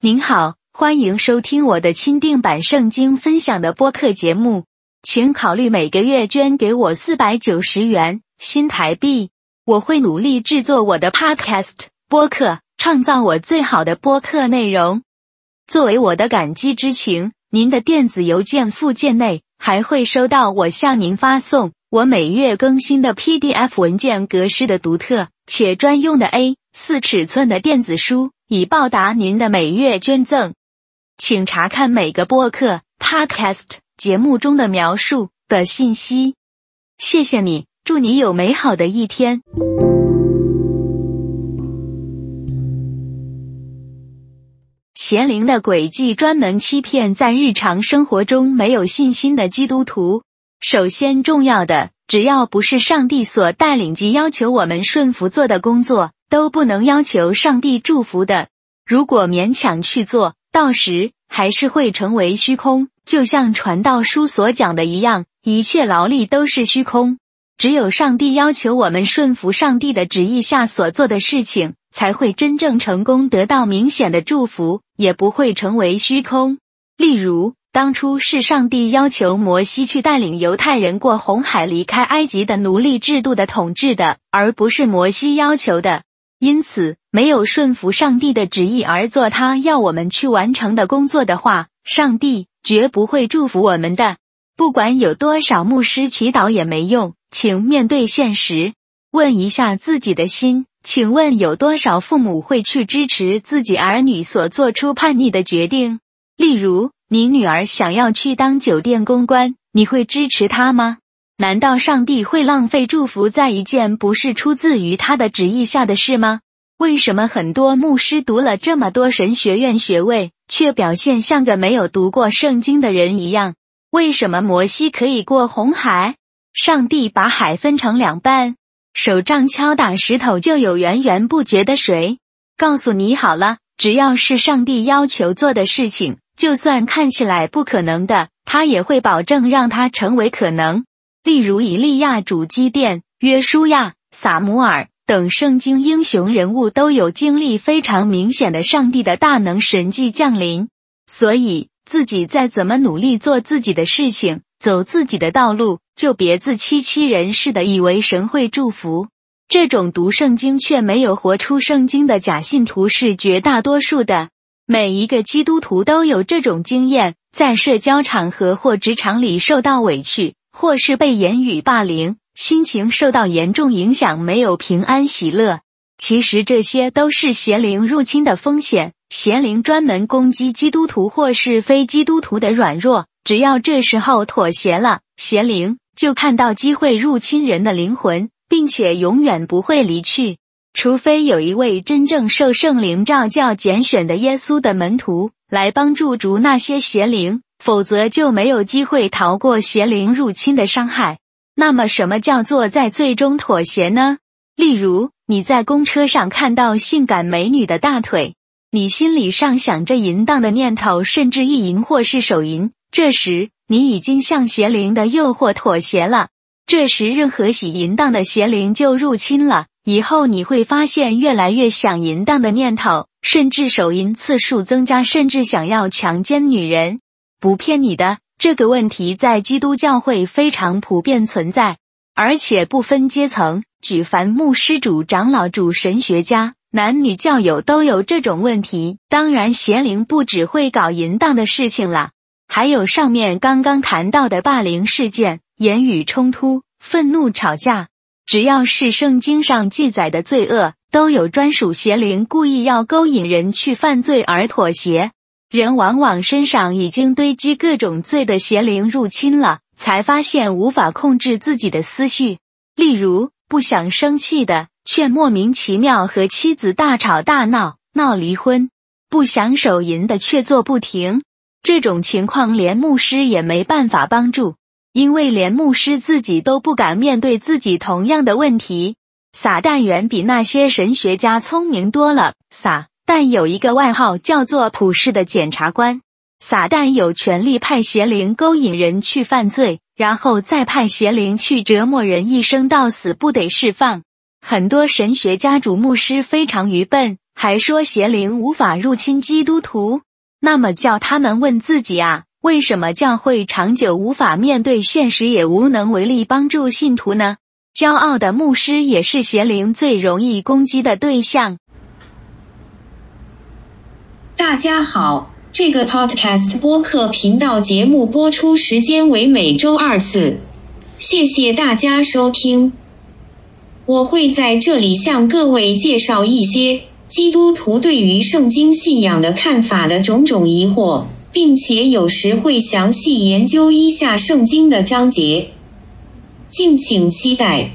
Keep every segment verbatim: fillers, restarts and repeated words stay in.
您好，欢迎收听我的钦定版圣经分享的播客节目，请考虑每个月捐给我四百九十元新台币，我会努力制作我的 podcast 播客，创造我最好的播客内容。作为我的感激之情，您的电子邮件附件内还会收到我向您发送我每月更新的 P D F 文件格式的独特且专用的 A 四 尺寸的电子书，以报答您的每月捐赠。请查看每个播客 podcast 节目中的描述的信息。谢谢你，祝你有美好的一天。邪灵的诡计专门欺骗在日常生活中没有信心的基督徒。首先重要的，只要不是上帝所带领及要求我们顺服做的工作，都不能要求上帝祝福的。如果勉强去做，到时还是会成为虚空，就像传道书所讲的一样，一切劳力都是虚空。只有上帝要求我们顺服上帝的旨意下所做的事情，才会真正成功，得到明显的祝福，也不会成为虚空。例如，当初是上帝要求摩西去带领犹太人过红海，离开埃及的奴隶制度的统治的，而不是摩西要求的。因此，没有顺服上帝的旨意而做他要我们去完成的工作的话，上帝绝不会祝福我们的。不管有多少牧师祈祷也没用，请面对现实，问一下自己的心。请问有多少父母会去支持自己儿女所做出叛逆的决定？例如，你女儿想要去当酒店公关，你会支持她吗？难道上帝会浪费祝福在一件不是出自于他的旨意下的事吗？为什么很多牧师读了这么多神学院学位，却表现像个没有读过圣经的人一样？为什么摩西可以过红海？上帝把海分成两半，手杖敲打石头就有源源不绝的水。告诉你好了，只要是上帝要求做的事情，就算看起来不可能的，他也会保证让它成为可能。例如以利亚主基甸、约书亚、撒母耳等圣经英雄人物都有经历非常明显的上帝的大能神迹降临。所以，自己再怎么努力做自己的事情，走自己的道路，就别自欺欺人似的以为神会祝福。这种读圣经却没有活出圣经的假信徒是绝大多数的。每一个基督徒都有这种经验，在社交场合或职场里受到委屈，或是被言语霸凌，心情受到严重影响，没有平安喜乐。其实这些都是邪灵入侵的风险，邪灵专门攻击基督徒或是非基督徒的软弱，只要这时候妥协了，邪灵就看到机会入侵人的灵魂，并且永远不会离去。除非有一位真正受圣灵召叫拣选的耶稣的门徒来帮助逐那些邪灵，否则就没有机会逃过邪灵入侵的伤害。那么什么叫做在最终妥协呢？例如，你在公车上看到性感美女的大腿，你心里上想着淫荡的念头，甚至意淫或是手淫，这时你已经向邪灵的诱惑妥协了。这时任何喜淫荡的邪灵就入侵了，以后你会发现越来越想淫荡的念头，甚至手淫次数增加，甚至想要强奸女人。不骗你的，这个问题在基督教会非常普遍存在，而且不分阶层，举凡牧师主、长老主、神学家、男女教友都有这种问题。当然邪灵不只会搞淫荡的事情啦，还有上面刚刚谈到的霸凌事件、言语冲突、愤怒吵架。只要是圣经上记载的罪恶，都有专属邪灵故意要勾引人去犯罪而妥协。人往往身上已经堆积各种罪的邪灵入侵了，才发现无法控制自己的思绪。例如，不想生气的，却莫名其妙和妻子大吵大闹，闹离婚；不想手淫的，却做不停。这种情况连牧师也没办法帮助，因为连牧师自己都不敢面对自己同样的问题。撒旦远比那些神学家聪明多了。撒但有一个外号叫做普世的检察官。撒旦有权利派邪灵勾引人去犯罪，然后再派邪灵去折磨人，一生到死不得释放。很多神学家主牧师非常愚笨， 还说邪灵无法入侵基督徒，那么叫他们问自己啊，为什么教会长久无法面对现实，也无能为力帮助信徒呢？骄傲的牧师也是邪灵最容易攻击的对象。 大家好，这个 podcast 播客频道节目播出时间为每周二次，谢谢大家收听。我会在这里向各位介绍一些基督徒对于圣经信仰的看法的种种疑惑，并且有时会详细研究一下圣经的章节，敬请期待。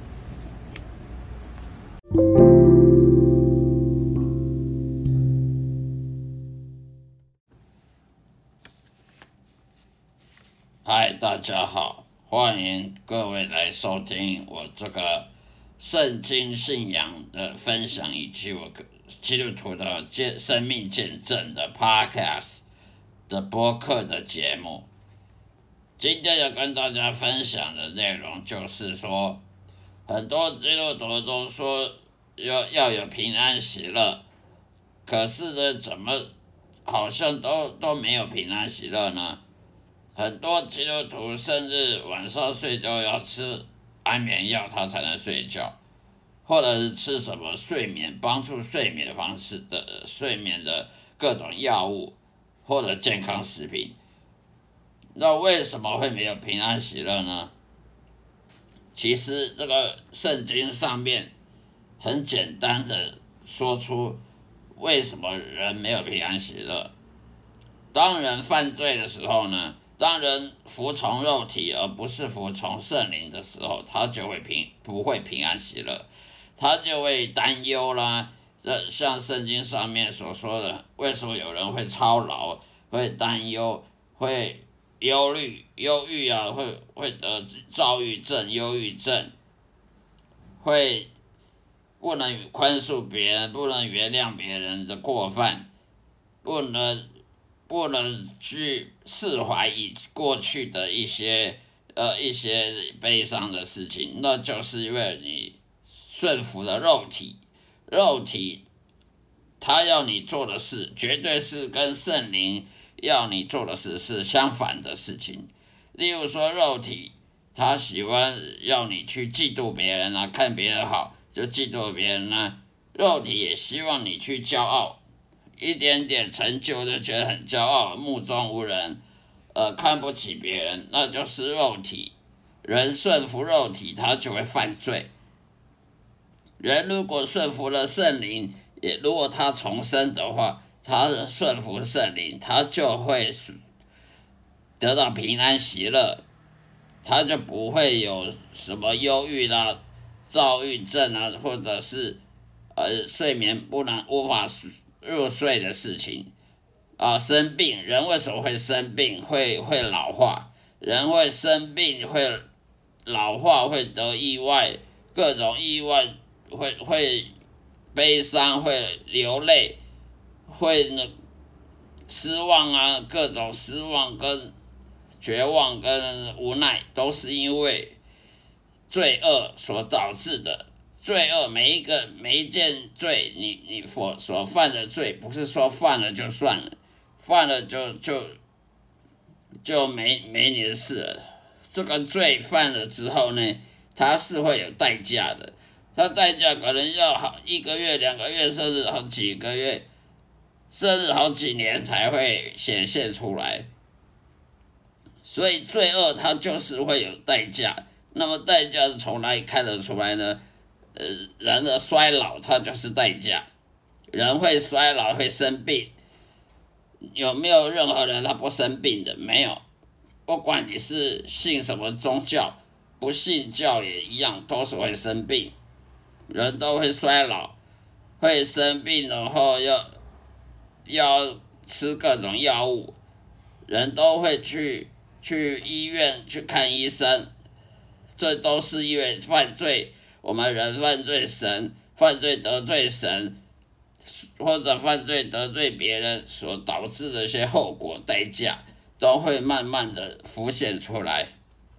嗨，大家好，欢迎各位来收听我这个圣经信仰的分享，以及我基督徒的见生命见证的 podcast 的播客的节目。今天要跟大家分享的内容就是说，很多基督徒都说要要有平安喜乐，可是呢，怎么好像都都没有平安喜乐呢？很多基督徒甚至晚上睡觉要吃安眠药，他才能睡觉，或者是吃什么睡眠帮助睡眠方式的睡眠的各种药物或者健康食品。那为什么会没有平安喜乐呢？其实这个圣经上面很简单的说出为什么人没有平安喜乐。当人犯罪的时候呢，当人服从肉体而不是服从圣灵的时候，他就会平不会平安喜乐，他就会担忧啦。这像圣经上面所说的，为什么有人会操劳、会担忧、会忧虑、忧郁啊，会会得躁郁症、忧郁症，会不能宽恕别人，不能原谅别人的过犯，不能。不能去释怀以过去的一些呃一些悲伤的事情，那就是因为你顺服了肉体，肉体他要你做的事，绝对是跟圣灵要你做的事是相反的事情。例如说，肉体他喜欢要你去嫉妒别人啊，看别人好就嫉妒别人啊，肉体也希望你去骄傲。一点点成就就觉得很骄傲，目中无人，呃，看不起别人，那就是肉体。人顺服肉体，他就会犯罪。人如果顺服了圣灵，也如果他重生的话，他顺服圣灵，他就会得到平安喜乐，他就不会有什么忧郁啦、躁郁症啊，或者是呃睡眠不能无法入睡的事情啊、呃，生病，人为什么会生病？会会老化，人会生病，会老化，会得意外，各种意外，会会悲伤，会流泪，会呢失望啊，各种失望跟绝望跟无奈，都是因为罪恶所导致的。罪恶每一个每一件罪，你你所所犯的罪，不是说犯了就算了，犯了就就就没没你的事了。这个罪犯了之后呢，它是会有代价的，它代价可能要好一个月、两个月，甚至好几个月，甚至好几年才会显现出来。所以罪恶它就是会有代价。那么代价是从哪里看得出来呢？呃，人的衰老它就是代价，人会衰老会生病，有没有任何人他不生病的？没有，不管你是信什么宗教，不信教也一样，都是会生病，人都会衰老，会生病，然后要要吃各种药物，人都会去去医院去看医生，这都是因为犯罪。我们人犯罪神，犯罪得罪神，或者犯罪得罪别人所导致的一些后果代价，都会慢慢的浮现出来。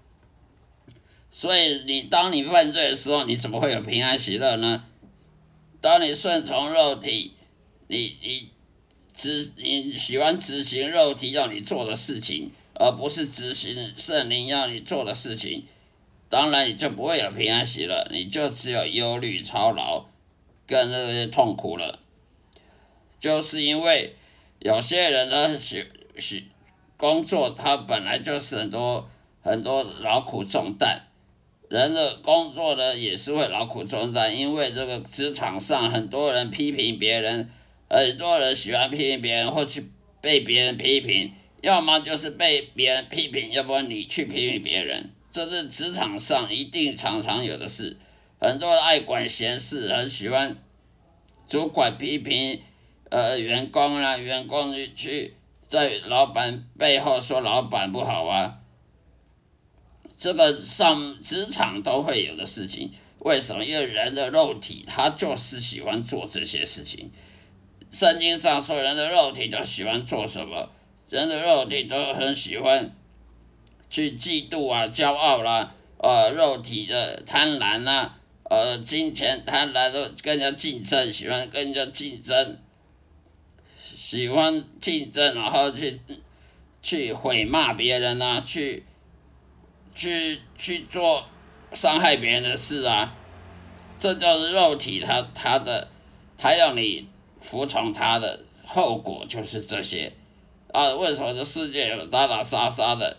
所以你当你犯罪的时候，你怎么会有平安喜乐呢？ 当你顺从肉体，你你执你喜欢执行肉体要你做的事情，而不是执行圣灵要你做的事情，当然你就不会有平安喜乐，你就只有忧虑操劳跟那些痛苦了。就是因为有些人呢，喜喜工作他本来就是很多很多劳苦重担，人的工作呢也是会劳苦重担，因为这个职场上很多人批评别人，很多人喜欢批评别人或去被别人批评，要么就是被别人批评，要不然你去批评别人，这是职场上一定常常有的事。很多人爱管闲事，很喜欢主管批评呃员工啊，员工去去在老板背后说老板不好啊，这个上职场都会有的事情。为什么？因为人的肉体他就是喜欢做这些事情。圣经上说人的肉体就喜欢做什么？人的肉体都很喜欢去嫉妒啊、骄傲啦、呃，肉体的贪婪啊，呃，金钱贪婪都跟人家竞争，喜欢跟人家竞争，喜欢竞争，然后去去毁骂别人啊，去去去做伤害别人的事啊，这就是肉体他他的他要你服从他的后果就是这些啊。为什么这世界有打打杀杀的，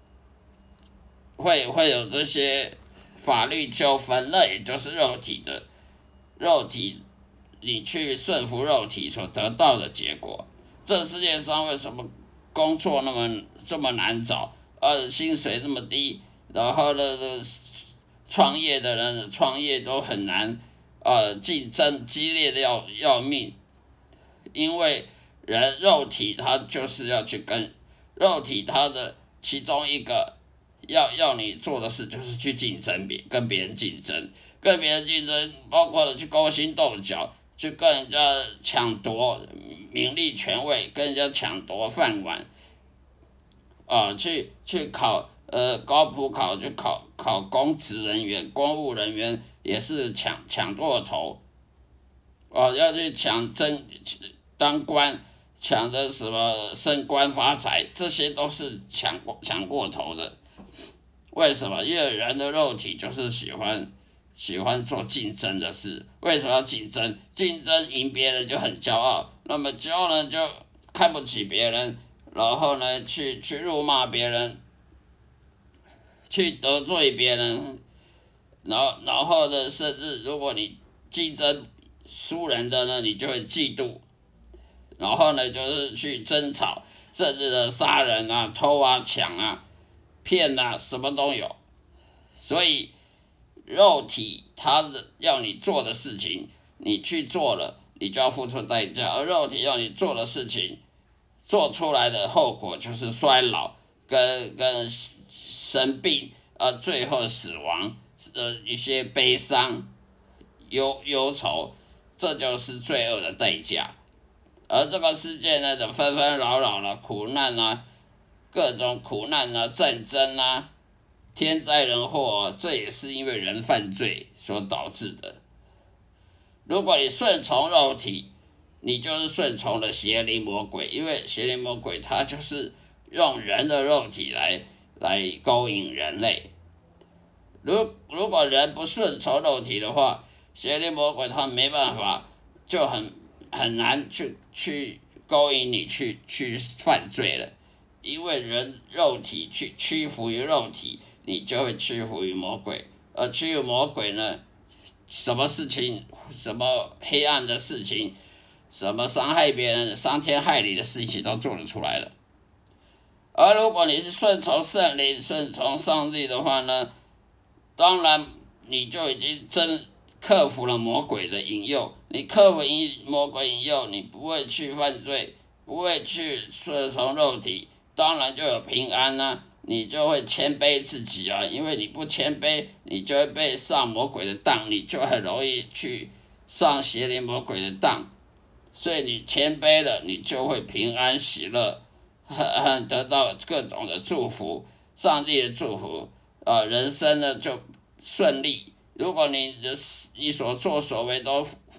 会会有这些法律纠纷？那也就是肉体的肉体，你去顺服肉体所得到的结果。这世界上为什么工作那么这么难找，呃，薪水这么低，然后呢，创业的人创业都很难，呃，竞争激烈的要要命，因为人肉体他就是要去跟肉体他的其中一个要要你做的事就是去竞争别跟别人竞争，跟别人竞争包括了去勾心斗角，去跟人家抢夺名利权位，跟人家抢夺饭碗，啊、呃，去去考呃高普考去考考公职人员、公务人员也是抢抢过头，哦、呃，要去抢争当官，抢的什么升官发财，这些都是抢过抢过头的。为什么？因为人的肉体就是喜欢喜欢做竞争的事。为什么要竞争？竞争赢别人就很骄傲，那么骄傲呢就看不起别人，然后呢去去辱骂别人，去得罪别人，然后然后呢，甚至如果你竞争输人的呢，你就会嫉妒，然后呢就是去争吵，甚至的杀人啊、偷啊、抢啊、骗啊，什么都有。所以肉体它要你做的事情，你去做了，你就要付出代价；而肉体要你做的事情，做出来的后果就是衰老跟跟生病，呃，最后死亡，呃，一些悲伤、忧忧愁，这就是罪恶的代价。而这个世界呢的纷纷扰扰啦、苦难啊，各种苦难啊、战争啊、天灾人祸啊，这也是因为人犯罪所导致的。如果你顺从肉体，你就是顺从了邪灵魔鬼，因为邪灵魔鬼他就是用人的肉体来来勾引人类。如如果人不顺从肉体的话，邪灵魔鬼他没办法，就很很难去去勾引你去去犯罪了，因为人肉体去屈服于肉体，你就会屈服于魔鬼，而屈服魔鬼呢，什么事情，什么黑暗的事情，什么伤害别人、伤天害理的事情都做得出来了。而如果你是顺从圣灵、顺从上帝的话呢，当然你就已经真克服了魔鬼的引诱。你克服魔鬼引诱，你不会去犯罪，不会去顺从肉体，当然就有平安啊，你就会谦卑自己啊，因为你不谦卑，你就会被上魔鬼的当，你就很容易去上邪灵魔鬼的当。所以你谦卑了，你就会平安喜乐，得到各种的祝福，上帝的祝福，呃，人生呢就顺利。如果你的你所作所为都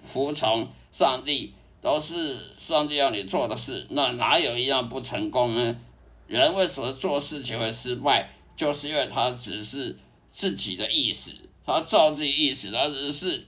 服从上帝，都是上帝要你做的事，那哪有一样不成功呢？人为什么做事情会失败？就是因为他只是自己的意思，他照自己意思，他只是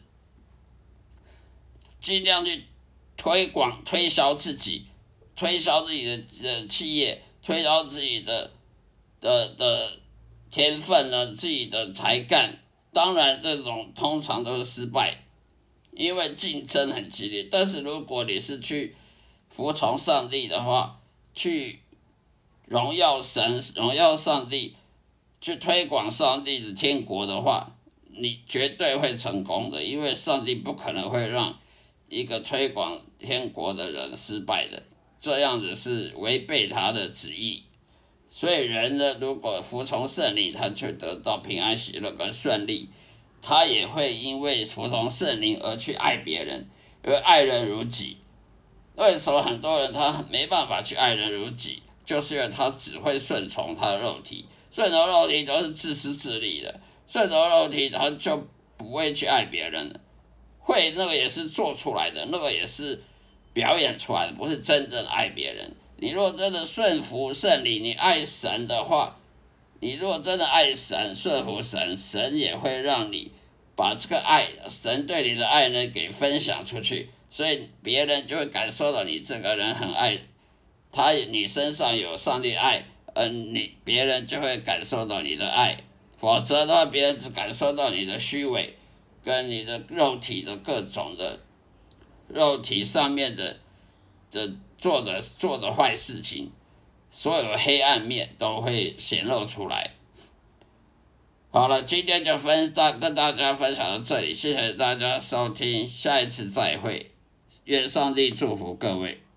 尽量去推广、推销自己，推销自己的的企业，推销自己的的的天分呢，自己的才干。当然，这种通常都是失败，因为竞争很激烈。但是如果你是去服从上帝的话，去荣耀神、荣耀上帝，去推广上帝的天国的话，你绝对会成功的，因为上帝不可能会让一个推广天国的人失败的，这样子是违背他的旨意。所以人呢，如果服从圣灵，他就得到平安喜乐跟顺利，他也会因为服从圣灵而去爱别人，而爱人如己。为什么很多人他没办法去爱人如己？就是因为他只会顺从他的肉体，顺从肉体都是自私自利的，顺从肉体他就不会去爱别人了。会那个也是做出来的，那个也是表演出来的，不是真正爱别人。你如果真的顺服圣灵，你爱神的话，你如果真的爱神，顺服神，神也会让你把这个爱，神对你的爱呢给分享出去，所以别人就会感受到你这个人很爱他，你身上有上帝爱，嗯，你别人就会感受到你的爱。否则的话，别人只感受到你的虚伪，跟你的肉体的各种的肉体上面的的做的做的坏事情，所有黑暗面都会显露出来。好了，今天就分大跟大家分享到这里，谢谢大家收听，下一次再会，愿上帝祝福各位。